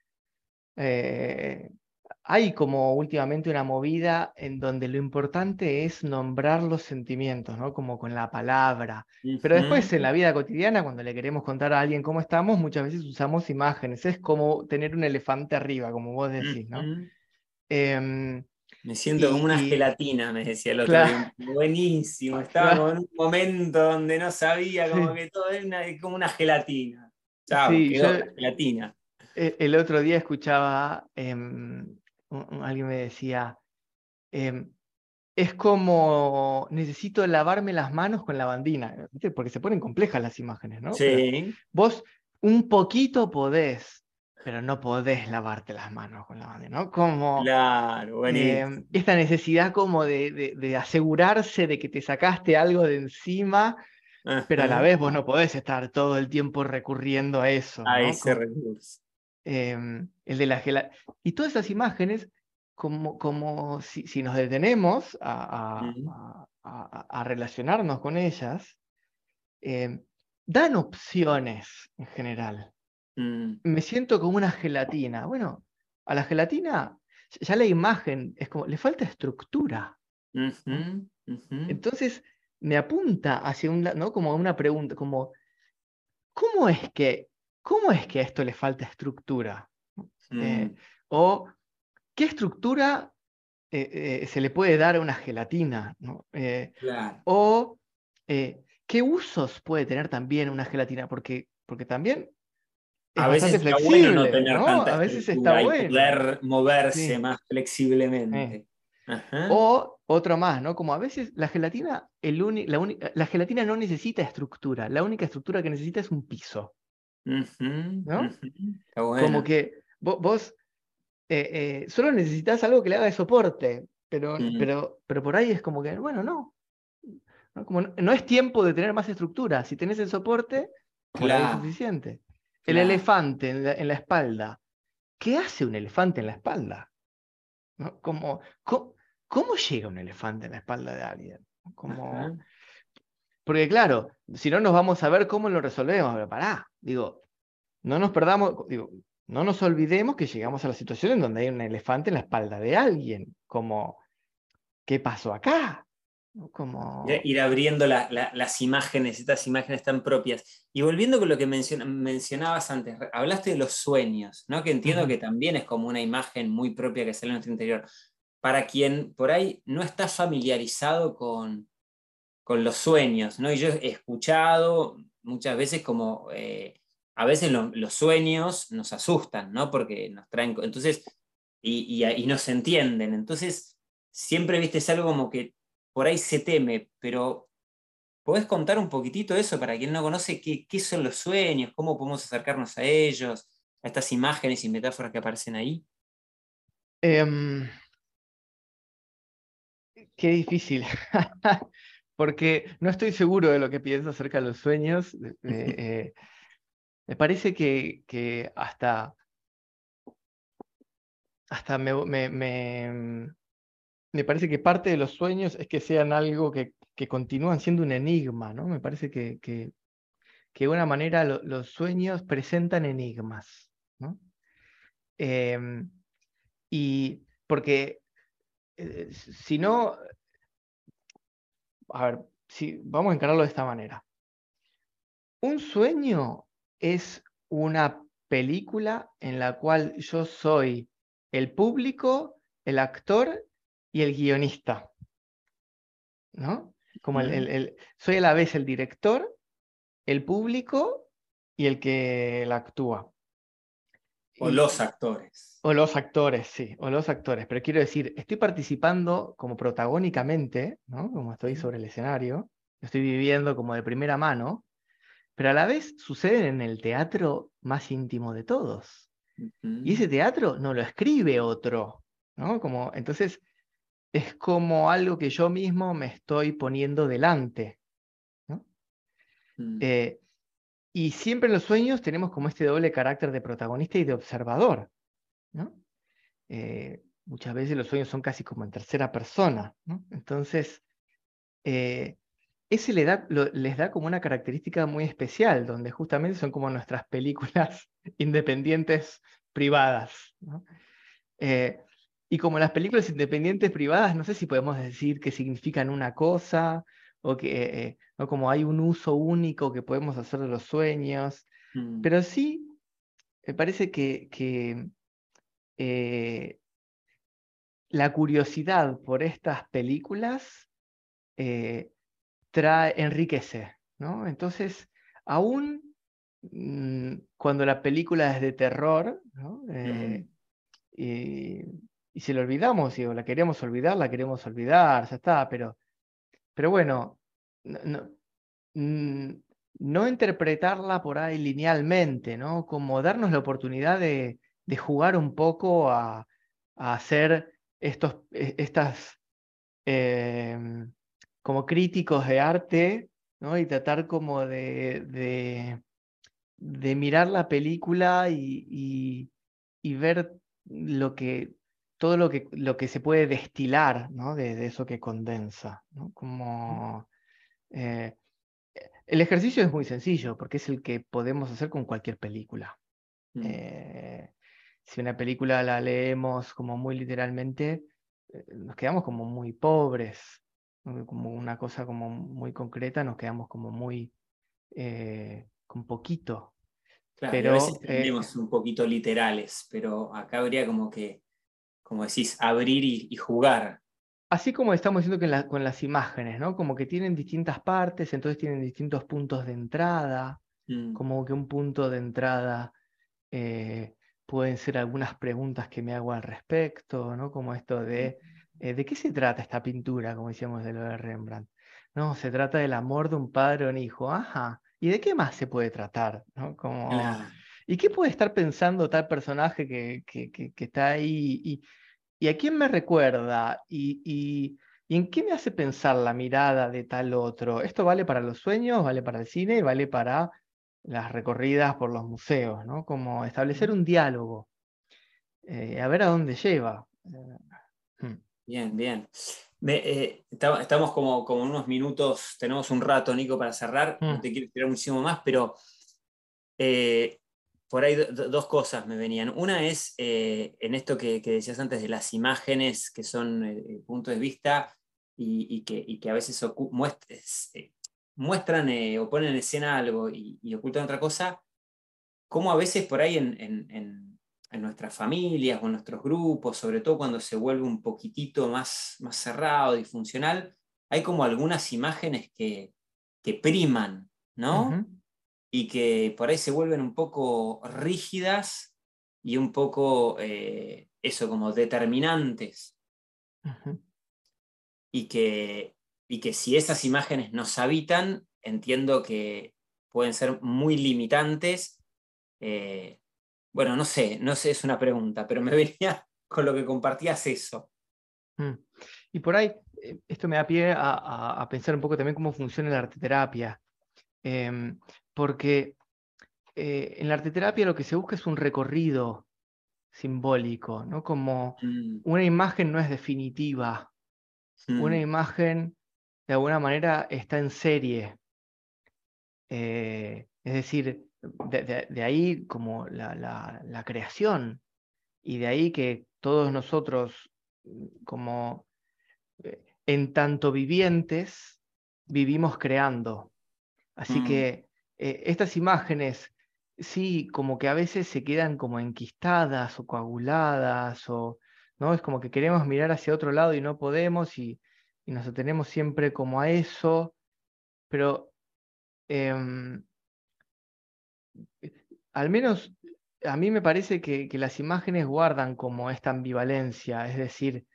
eh, hay como últimamente una movida en donde lo importante es nombrar los sentimientos, ¿no? Como con la palabra. Pero después en Ujú, la vida cotidiana, cuando le queremos contar a alguien cómo estamos, muchas veces usamos imágenes. Es como tener un elefante arriba, como vos decís, ¿no? ujú. Em, Me siento como una y gelatina, me decía el otro día. claro, Buenísimo, estaba como claro, en un momento donde no sabía, como sí. que todo es como una gelatina. Chao, Sí, yo quedó la gelatina. el otro día escuchaba, alguien me decía, em, es como necesito lavarme las manos con lavandina, ¿viste? Porque se ponen complejas las imágenes, ¿no? Pero Sí, vos un poquito podés, pero no podés lavarte las manos con lavandina, ¿no? Como claro, buenísimo. esta necesidad como de asegurarse de que te sacaste algo de encima, pero a la Ajá, vez vos no podés estar todo el tiempo recurriendo a eso, a ¿no? ese recurso. El de la y todas esas imágenes, como si nos detenemos Mm, a relacionarnos con ellas, em, dan opciones en general. mm, Me siento como una gelatina. Bueno, a la gelatina ya la imagen es como, le falta estructura, ¿no? ujú, ujú, Entonces me apunta hacia ¿no? Como a una pregunta, como, ¿cómo es que, ¿cómo es que a esto le falta estructura? Eh, mm, o ¿qué estructura se le puede dar a una gelatina, ¿no? Claro. O qué usos puede tener también una gelatina, porque también es A veces bastante está bueno no flexible, tener ¿no? tanta A veces está estructura y bueno. poder moverse Sí. más eh. flexiblemente. Ajá. O otro más, ¿no? Como a veces la gelatina, la gelatina no necesita estructura, la única estructura que necesita es un piso, Ujú, ¿no? ujú. Está Como bueno. que vos solo necesitas algo que le haga de soporte, Mm, pero por ahí es como que, bueno, no. ¿No? Como no es tiempo de tener más estructura. Si tenés el soporte, por ahí es claro, suficiente. El claro. elefante en la espalda. ¿Qué hace un elefante en la espalda? ¿No? ¿Cómo llega un elefante en la espalda de alguien? Ajá. Porque claro, si no nos vamos a ver cómo lo resolvemos. Pero pará, digo, no nos perdamos, digo, no nos olvidemos que llegamos a la situación en donde hay un elefante en la espalda de alguien. Como, ¿qué pasó acá? ¿No? Como... Ir abriendo las imágenes, estas imágenes tan propias. Y volviendo con lo que mencionabas antes, hablaste de los sueños, ¿no? Que entiendo Ujú, que también es como una imagen muy propia que sale en nuestro interior. Para quien por ahí no está familiarizado con los sueños, ¿no? Y yo he escuchado muchas veces como, a veces los sueños nos asustan, ¿no? Porque nos traen, entonces, y nos entienden. Entonces, siempre, viste, es algo como que por ahí se teme, pero ¿podés contar un poquitito eso para quien no conoce qué son los sueños, cómo podemos acercarnos a ellos, a estas imágenes y metáforas que aparecen ahí? em, Qué difícil, porque no estoy seguro de lo que pienso acerca de los sueños. Me parece que hasta me parece que parte de los sueños es que sean algo que continúan siendo un enigma, ¿no? Me parece que de una manera los sueños presentan enigmas, ¿no? Em, y porque si no, a ver, si, vamos a encararlo de esta manera. Un sueño es una película en la cual yo soy el público, el actor y el guionista, ¿no? Como ¿Mm? soy a la vez el director, el público y el que la actúa. O Y, los actores. o los actores, sí, o los actores. Pero quiero decir, estoy participando como protagónicamente, ¿no? Como estoy sobre el escenario, estoy viviendo como de primera mano, pero a la vez suceden en el teatro más íntimo de todos. Y Ujú, ese teatro no lo escribe otro, ¿no? Como, entonces es como algo que yo mismo me estoy poniendo delante, ¿no? mm, Eh, y siempre en los sueños tenemos como este doble carácter de protagonista y de observador, ¿no? Muchas veces los sueños son casi como en tercera persona, ¿no? Entonces, ese les da como una característica muy especial, donde justamente son como nuestras películas independientes privadas, ¿no? Eh, y como las películas independientes privadas, no sé si podemos decir que significan una cosa o que ¿no? Como hay un uso único que podemos hacer de los sueños, mm. pero sí me parece que la curiosidad por estas películas eh, enriquece, ¿no? Entonces, aún cuando la película es de terror, ¿no? Mm, Y, y si la olvidamos, o la queremos olvidar, ya está, pero bueno, no, mm, no interpretarla por ahí linealmente, ¿no? Como darnos la oportunidad de jugar un poco a hacer estas em, como críticos de arte, ¿no? Y tratar como de mirar la película y ver lo que, todo lo que se puede destilar, ¿no? De eso que condensa, ¿no? Como, eh, el ejercicio es muy sencillo porque es el que podemos hacer con cualquier película. mm. Eh, si una película la leemos como muy literalmente, nos quedamos como muy pobres, ¿no? Como una cosa como muy concreta, nos quedamos como muy con poquito. Claro, y a veces Pero tendemos un poquito literales, pero acá habría como que como decís, abrir y jugar. Así como estamos diciendo que con las imágenes, ¿no? Como que tienen distintas partes, entonces tienen distintos puntos de entrada, Mm, como que un punto de entrada eh, pueden ser algunas preguntas que me hago al respecto, ¿no? Como esto ¿de qué se trata esta pintura, como decíamos de lo de Rembrandt? No, se trata del amor de un padre a un hijo, ajá. ¿Y de qué más se puede tratar? ¿No? Como, claro. ¿y qué puede estar pensando tal personaje que está ahí? ¿Y a quién me recuerda? ¿Y en qué me hace pensar la mirada de tal otro? Esto vale para los sueños, vale para el cine y vale para las recorridas por los museos, ¿no? Como establecer un diálogo, a ver a dónde lleva. Hmm. Bien, bien. Estamos como en unos minutos, tenemos un rato, Nico, para cerrar. No Mm, te quiero tirar muchísimo más, pero eh, por ahí dos cosas me venían. Una es en esto que decías antes de las imágenes que son puntos de vista y que a veces muestran o ponen en escena algo y ocultan otra cosa, cómo a veces por ahí en nuestras familias o en nuestros grupos, sobre todo cuando se vuelve un poquitito más cerrado, disfuncional, hay como algunas imágenes que priman, ujú, ¿no? Y que por ahí se vuelven un poco rígidas y un poco, eso, como determinantes, ujú. y que si esas imágenes nos habitan, entiendo que pueden ser muy limitantes. Bueno, no sé, es una pregunta, pero me venía con lo que compartías eso. Mm. Y por ahí, esto me da pie a pensar un poco también cómo funciona la arteterapia. Porque en la arteterapia lo que se busca es un recorrido simbólico, ¿no? Como Mm, una imagen no es definitiva, una mm, imagen de alguna manera está en serie. Es decir, de ahí como la creación y de ahí que todos nosotros como en tanto vivientes vivimos creando. Así mm, que estas imágenes sí como que a veces se quedan como enquistadas o coaguladas o no es como que queremos mirar hacia otro lado y no podemos y nos atenemos siempre como a eso, pero em, al menos a mí me parece que las imágenes guardan como esta ambivalencia, es decir,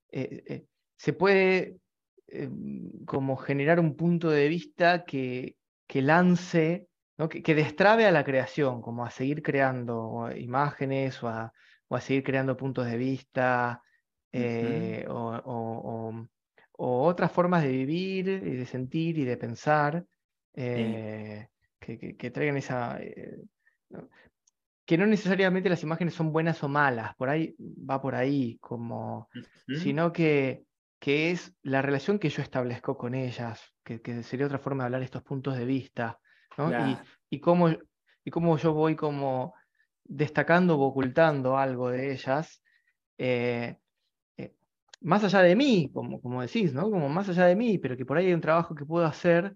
se puede como generar un punto de vista que lance, ¿no? Que destrabe a la creación, como a seguir creando imágenes o a seguir creando puntos de vista ujú, eh, o, o- o- o otras formas de vivir y de sentir y de pensar sí, eh, que traigan esa... ¿no? Que no necesariamente las imágenes son buenas o malas, por ahí va por ahí, como, ujú, sino que es la relación que yo establezco con ellas, que sería otra forma de hablar estos puntos de vista, ¿no? claro, Y cómo yo voy como destacando o ocultando algo de ellas, eh, eh, más allá de mí, como decís, ¿no? Como más allá de mí, pero que por ahí hay un trabajo que puedo hacer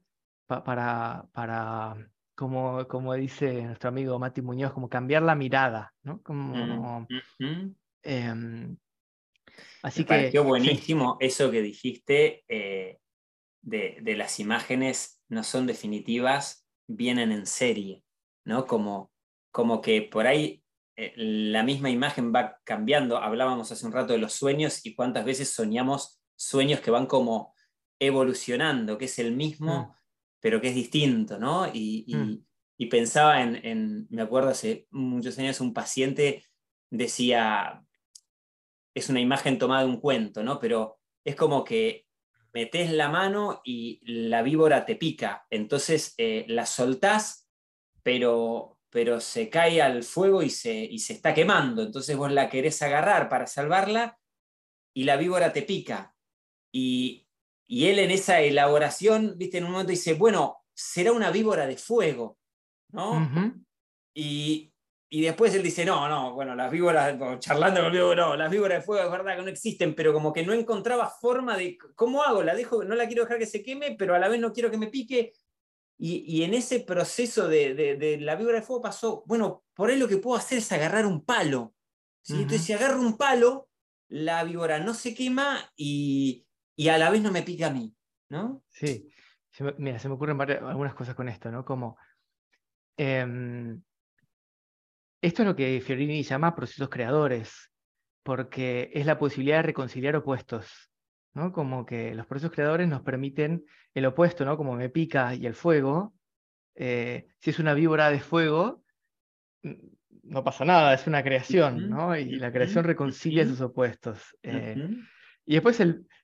para como dice nuestro amigo Mati Muñoz, como cambiar la mirada, ¿no? Como, ujú. em, Me así que, pareció sí. buenísimo eso que dijiste, de las imágenes no son definitivas, vienen en serie, ¿no? Como que por ahí la misma imagen va cambiando. Hablábamos hace un rato de los sueños y cuántas veces soñamos sueños que van como evolucionando, que es el Mm, mismo, pero que es distinto, ¿no? mm, Y pensaba me acuerdo hace muchos años, un paciente decía, es una imagen tomada de un cuento, ¿no? Pero es como que metes la mano y la víbora te pica, entonces la soltás, pero se cae al fuego y se está quemando, entonces vos la querés agarrar para salvarla y la víbora te pica. Y, y él en esa elaboración, viste, en un momento dice, bueno, será una víbora de fuego, ¿no? ujú, Y, y después él dice, no, no, bueno, las víboras, charlando conmigo, no, las víboras de fuego es verdad que no existen, pero como que no encontraba forma de, ¿cómo hago? La dejo, no la quiero dejar que se queme, pero a la vez no quiero que me pique. Y en ese proceso de la víbora de fuego pasó, bueno, por ahí lo que puedo hacer es agarrar un palo. ¿Sí? Entonces, ujú, si agarro un palo, la víbora no se quema y a la vez no me pica a mí, ¿no? Sí, mira, se me ocurren algunas cosas con esto, ¿no? Como, em, esto es lo que Fiorini llama procesos creadores, porque es la posibilidad de reconciliar opuestos, ¿no? Como que los procesos creadores nos permiten el opuesto, ¿no? Como me pica y el fuego. Si es una víbora de fuego, mm, no pasa nada, es una creación, Ujú, ¿no? Y la ujú, creación reconcilia ujú, esos opuestos. ujú. Y después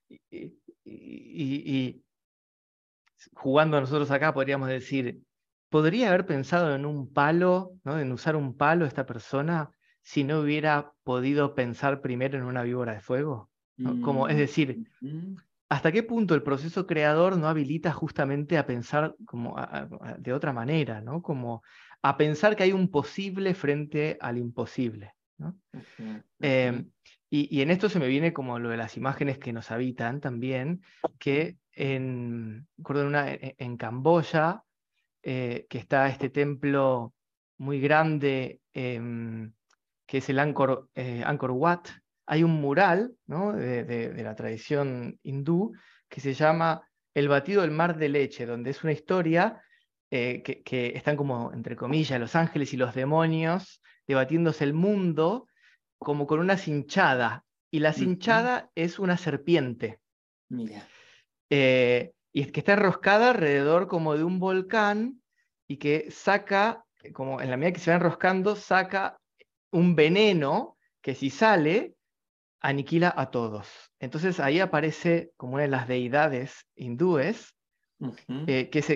y jugando nosotros acá podríamos decir, ¿podría haber pensado en un palo, ¿no? En usar un palo esta persona si no hubiera podido pensar primero en una víbora de fuego? ¿No? Como, es Mm, decir, ujú. ¿hasta qué punto el proceso creador no habilita justamente a pensar como de otra manera, ¿no? Como a pensar que hay un posible frente al imposible, ¿no? Ujú, Eh, ujú. y en esto se me viene como lo de las imágenes que nos habitan también, que recuerdo en Camboya, que está este templo muy grande, que es el Angkor Wat. Hay un mural, ¿no? de la tradición hindú que se llama El batido del mar de leche, donde es una historia que están como, entre comillas, los ángeles y los demonios debatiéndose el mundo como con una cinchada, y la Ujú. cinchada es una serpiente, Mira, y es que está enroscada alrededor como de un volcán, y que saca, como en la medida que se va enroscando, saca un veneno que si sale, aniquila a todos. Entonces ahí aparece como una de las deidades hindúes, ujú.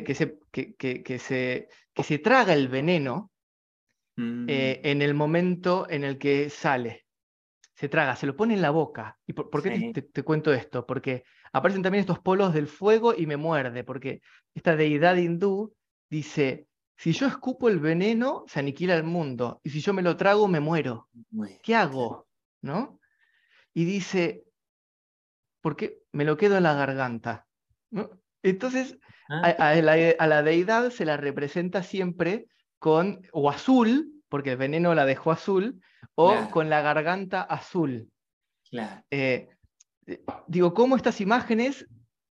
que se traga el veneno Mm, en el momento en el que sale. Se traga, se lo pone en la boca. ¿Y por qué sí. te cuento esto? Porque aparecen también estos polos del fuego y me muerde, porque esta deidad hindú dice, si yo escupo el veneno, se aniquila el mundo, y si yo me lo trago, me muero. Bueno, ¿Qué claro. hago? ¿No? Y dice, ¿por qué me lo quedo en la garganta? ¿No? Entonces, Ah, a la deidad se la representa siempre con o azul, porque el veneno la dejó azul, o claro, con la garganta azul. claro. Eh, Digo, cómo estas imágenes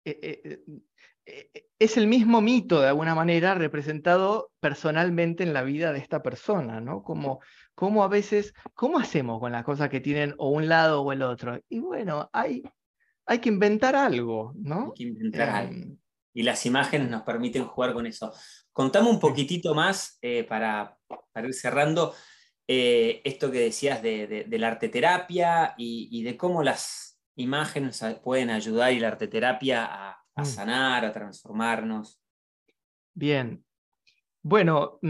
es el mismo mito, de alguna manera, representado personalmente en la vida de esta persona, ¿no? Como a veces, ¿cómo hacemos con las cosas que tienen o un lado o el otro? Y bueno, hay que inventar algo, Hay ¿no? que inventar algo. Y las imágenes nos permiten jugar con eso. Contame un Sí. poquitito más para ir cerrando esto que decías de la arteterapia y de cómo las imágenes pueden ayudar y la arteterapia a Mm. sanar, a transformarnos. Bien. Bueno,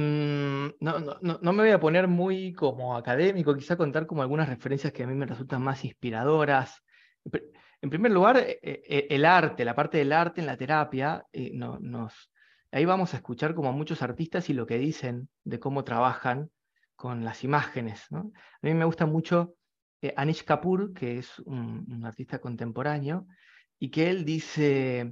no me voy a poner muy como académico, quizá contar como algunas referencias que a mí me resultan más inspiradoras. En primer lugar, el arte, la parte del arte en la terapia, ahí vamos a escuchar como a muchos artistas y lo que dicen de cómo trabajan con las imágenes, ¿no? A mí me gusta mucho Anish Kapoor, que es un artista contemporáneo, y que él dice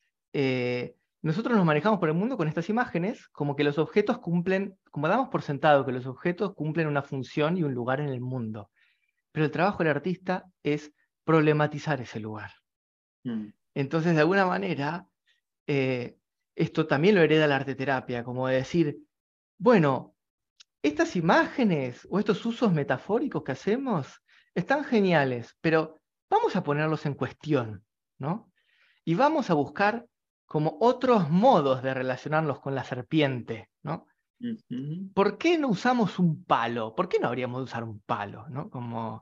nosotros nos manejamos por el mundo con estas imágenes, como que los objetos cumplen, como damos por sentado que los objetos cumplen una función y un lugar en el mundo. Pero el trabajo del artista es problematizar ese lugar. Mm, Entonces, de alguna manera, eh, esto también lo hereda la arteterapia, como de decir, bueno, estas imágenes o estos usos metafóricos que hacemos están geniales, pero vamos a ponerlos en cuestión, ¿no? Y vamos a buscar como otros modos de relacionarnos con la serpiente, ¿no? ujú. ¿Por qué no usamos un palo? ¿Por qué no habríamos de usar un palo? ¿No? Como,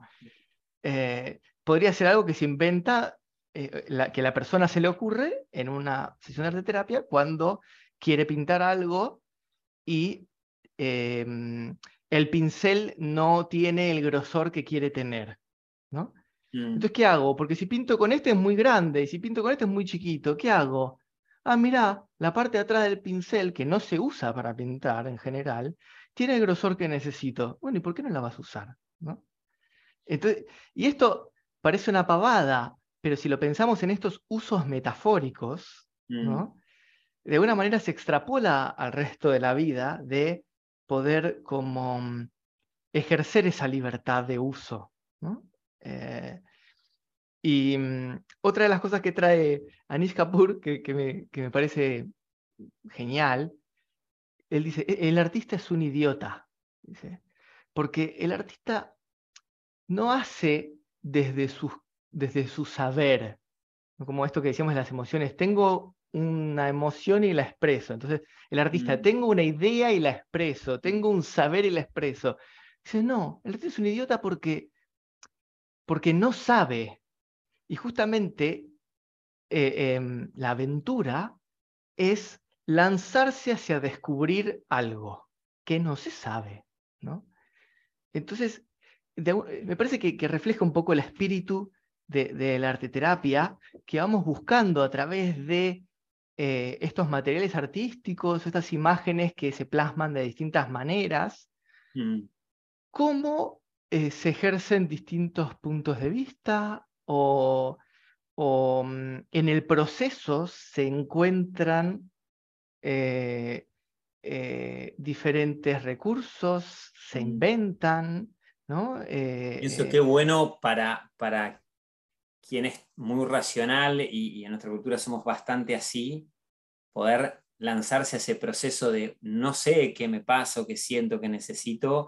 podría ser algo que se inventa, que la persona se le ocurre en una sesión de terapia cuando quiere pintar algo y eh, el pincel no tiene el grosor que quiere tener, ¿no? Mm, Entonces, ¿qué hago? Porque si pinto con este es muy grande y si pinto con este es muy chiquito, ¿qué hago? Ah, mirá, la parte de atrás del pincel, que no se usa para pintar en general, tiene el grosor que necesito. Bueno, ¿y por qué no la vas a usar? ¿No? Entonces, y esto parece una pavada, pero si lo pensamos en estos usos metafóricos, mm, ¿no? De alguna manera se extrapola al resto de la vida de poder como ejercer esa libertad de uso, ¿no? Y otra de las cosas que trae Anish Kapoor, que me parece genial, él dice, el artista es un idiota, dice, porque el artista no hace desde su saber, ¿no? Como esto que decíamos de las emociones, tengo una emoción y la expreso. Entonces, el artista, Mm, tengo una idea y la expreso, tengo un saber y la expreso. Dice, no, el artista es un idiota porque no sabe. Y justamente la aventura es lanzarse hacia descubrir algo que no se sabe, ¿no? Entonces, me parece que refleja un poco el espíritu de la arteterapia que vamos buscando a través de estos materiales artísticos, estas imágenes que se plasman de distintas maneras, mm, cómo se ejercen distintos puntos de vista o en el proceso se encuentran eh, diferentes recursos, se mm. inventan, ¿no? Pienso que bueno para quien es muy racional y en nuestra cultura somos bastante así, poder lanzarse a ese proceso de no sé qué me pasa o qué siento, qué necesito,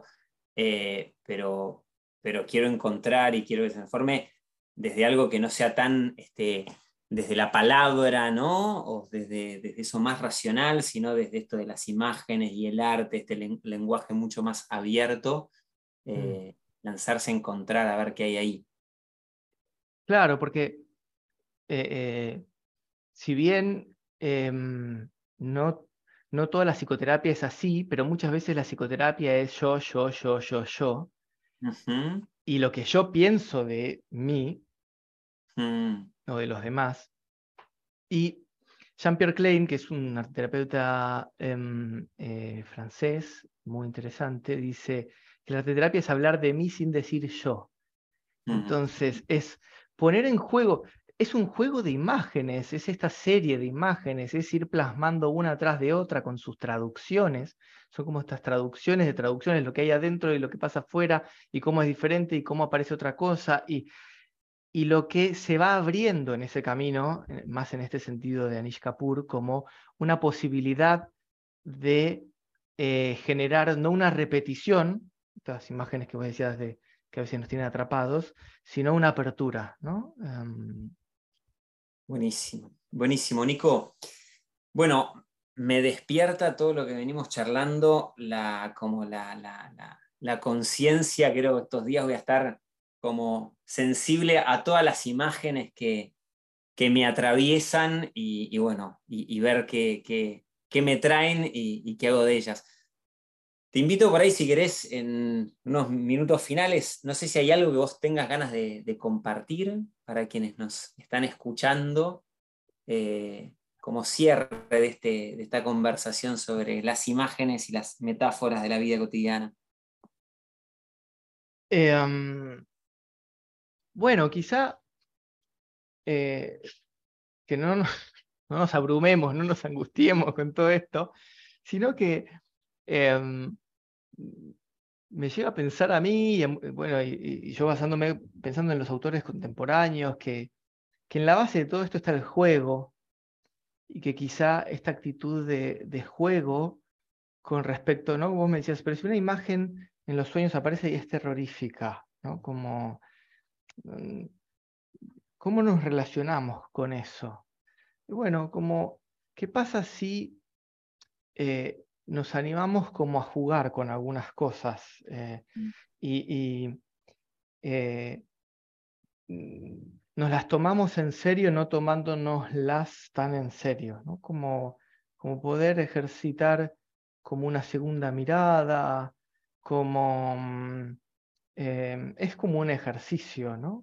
pero quiero encontrar y quiero que se transforme desde algo que no sea tan desde la palabra, ¿no? O desde eso más racional, sino desde esto de las imágenes y el arte, este lenguaje mucho más abierto, Mm. lanzarse a encontrar, a ver qué hay ahí. Claro, porque eh, si bien no, no toda la psicoterapia es así, pero muchas veces la psicoterapia es yo, Ujú, y lo que yo pienso de mí mm, o de los demás. Y Jean-Pierre Klein, que es un arteterapeuta francés muy interesante, dice que la arteterapia es hablar de mí sin decir yo. mm, Entonces, es poner en juego, es un juego de imágenes, es esta serie de imágenes, es ir plasmando una tras de otra con sus traducciones. Son como estas traducciones de traducciones, lo que hay adentro y lo que pasa afuera, y cómo es diferente y cómo aparece otra cosa. Y lo que se va abriendo en ese camino, más en este sentido de Anish Kapoor, como una posibilidad de generar no una repetición, estas imágenes que vos decías de que a veces nos tienen atrapados, sino una apertura, ¿no? buenísimo, buenísimo, Nico. Bueno, me despierta todo lo que venimos charlando, la conciencia. Creo que estos días voy a estar como sensible a todas las imágenes que me atraviesan y bueno, y ver qué me traen y qué hago de ellas. Te invito por ahí, si querés, en unos minutos finales. No sé si hay algo que vos tengas ganas de compartir para quienes nos están escuchando, como cierre de esta conversación sobre las imágenes y las metáforas de la vida cotidiana. Eh, bueno, quizá eh, que no nos abrumemos, no nos angustiemos con todo esto, sino que em, me llega a pensar a mí, bueno, y yo basándome, pensando en los autores contemporáneos, que en la base de todo esto está el juego, y que quizá esta actitud de juego con respecto, ¿no? Vos me decías, pero si una imagen en los sueños aparece y es terrorífica, ¿no? Como, mm, ¿cómo nos relacionamos con eso? Y bueno, como, ¿qué pasa si nos animamos como a jugar con algunas cosas y eh, nos las tomamos en serio no tomándonoslas tan en serio, ¿no? Como poder ejercitar como una segunda mirada, como es como un ejercicio, ¿no?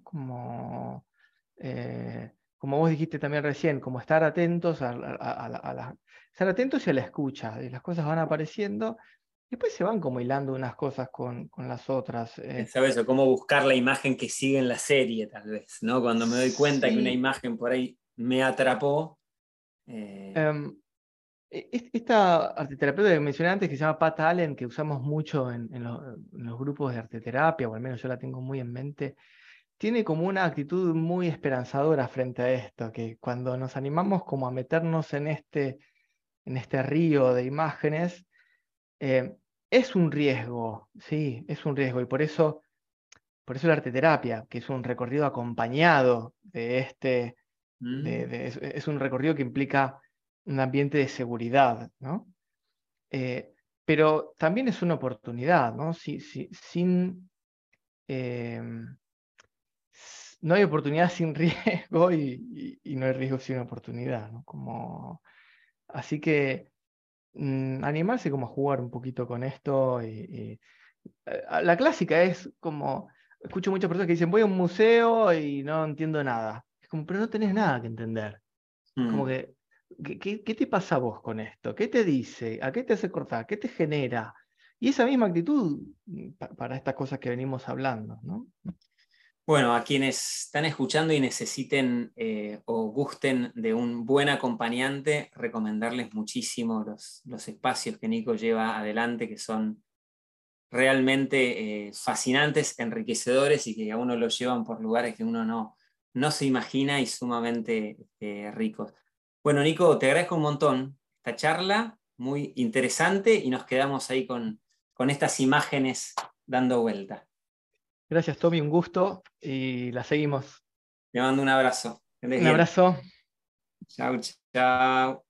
Como vos dijiste también recién, como estar atentos estar atentos y a la escucha, y las cosas van apareciendo, y después se van como hilando unas cosas con las otras. Pensaba eso, cómo buscar la imagen que sigue en la serie, tal vez, ¿no? Cuando me doy cuenta que una Sí, imagen por ahí me atrapó. em, esta arteterapeuta que mencioné antes, que se llama Pat Allen, que usamos mucho en los grupos de arteterapia, o al menos yo la tengo muy en mente, tiene como una actitud muy esperanzadora frente a esto, que cuando nos animamos como a meternos en este río de imágenes, eh, es un riesgo, sí, es un riesgo, y por eso la arteterapia, que es un recorrido acompañado de es un recorrido que implica un ambiente de seguridad, ¿no? Eh, pero también es una oportunidad, ¿no? Sin, eh, no hay oportunidad sin riesgo y no hay riesgo sin oportunidad, ¿no? Así que animarse como a jugar un poquito con esto. La clásica es como, escucho muchas personas que dicen, voy a un museo y no entiendo nada. Es como, pero no tenés nada que entender. Como Mm. que, ¿qué te pasa a vos con esto? ¿Qué te dice? ¿A qué te hace cortar? ¿Qué te genera? Y esa misma actitud para estas cosas que venimos hablando, ¿no? Bueno, a quienes están escuchando y necesiten o gusten de un buen acompañante, recomendarles muchísimo los espacios que Nico lleva adelante, que son realmente fascinantes, enriquecedores y que a uno lo llevan por lugares que uno no se imagina y sumamente ricos. Bueno, Nico, te agradezco un montón esta charla, muy interesante, y nos quedamos ahí con estas imágenes dando vuelta. Gracias, Tommy, un gusto y la seguimos. Te mando un abrazo. Que estés Un bien. abrazo. Chau, chau.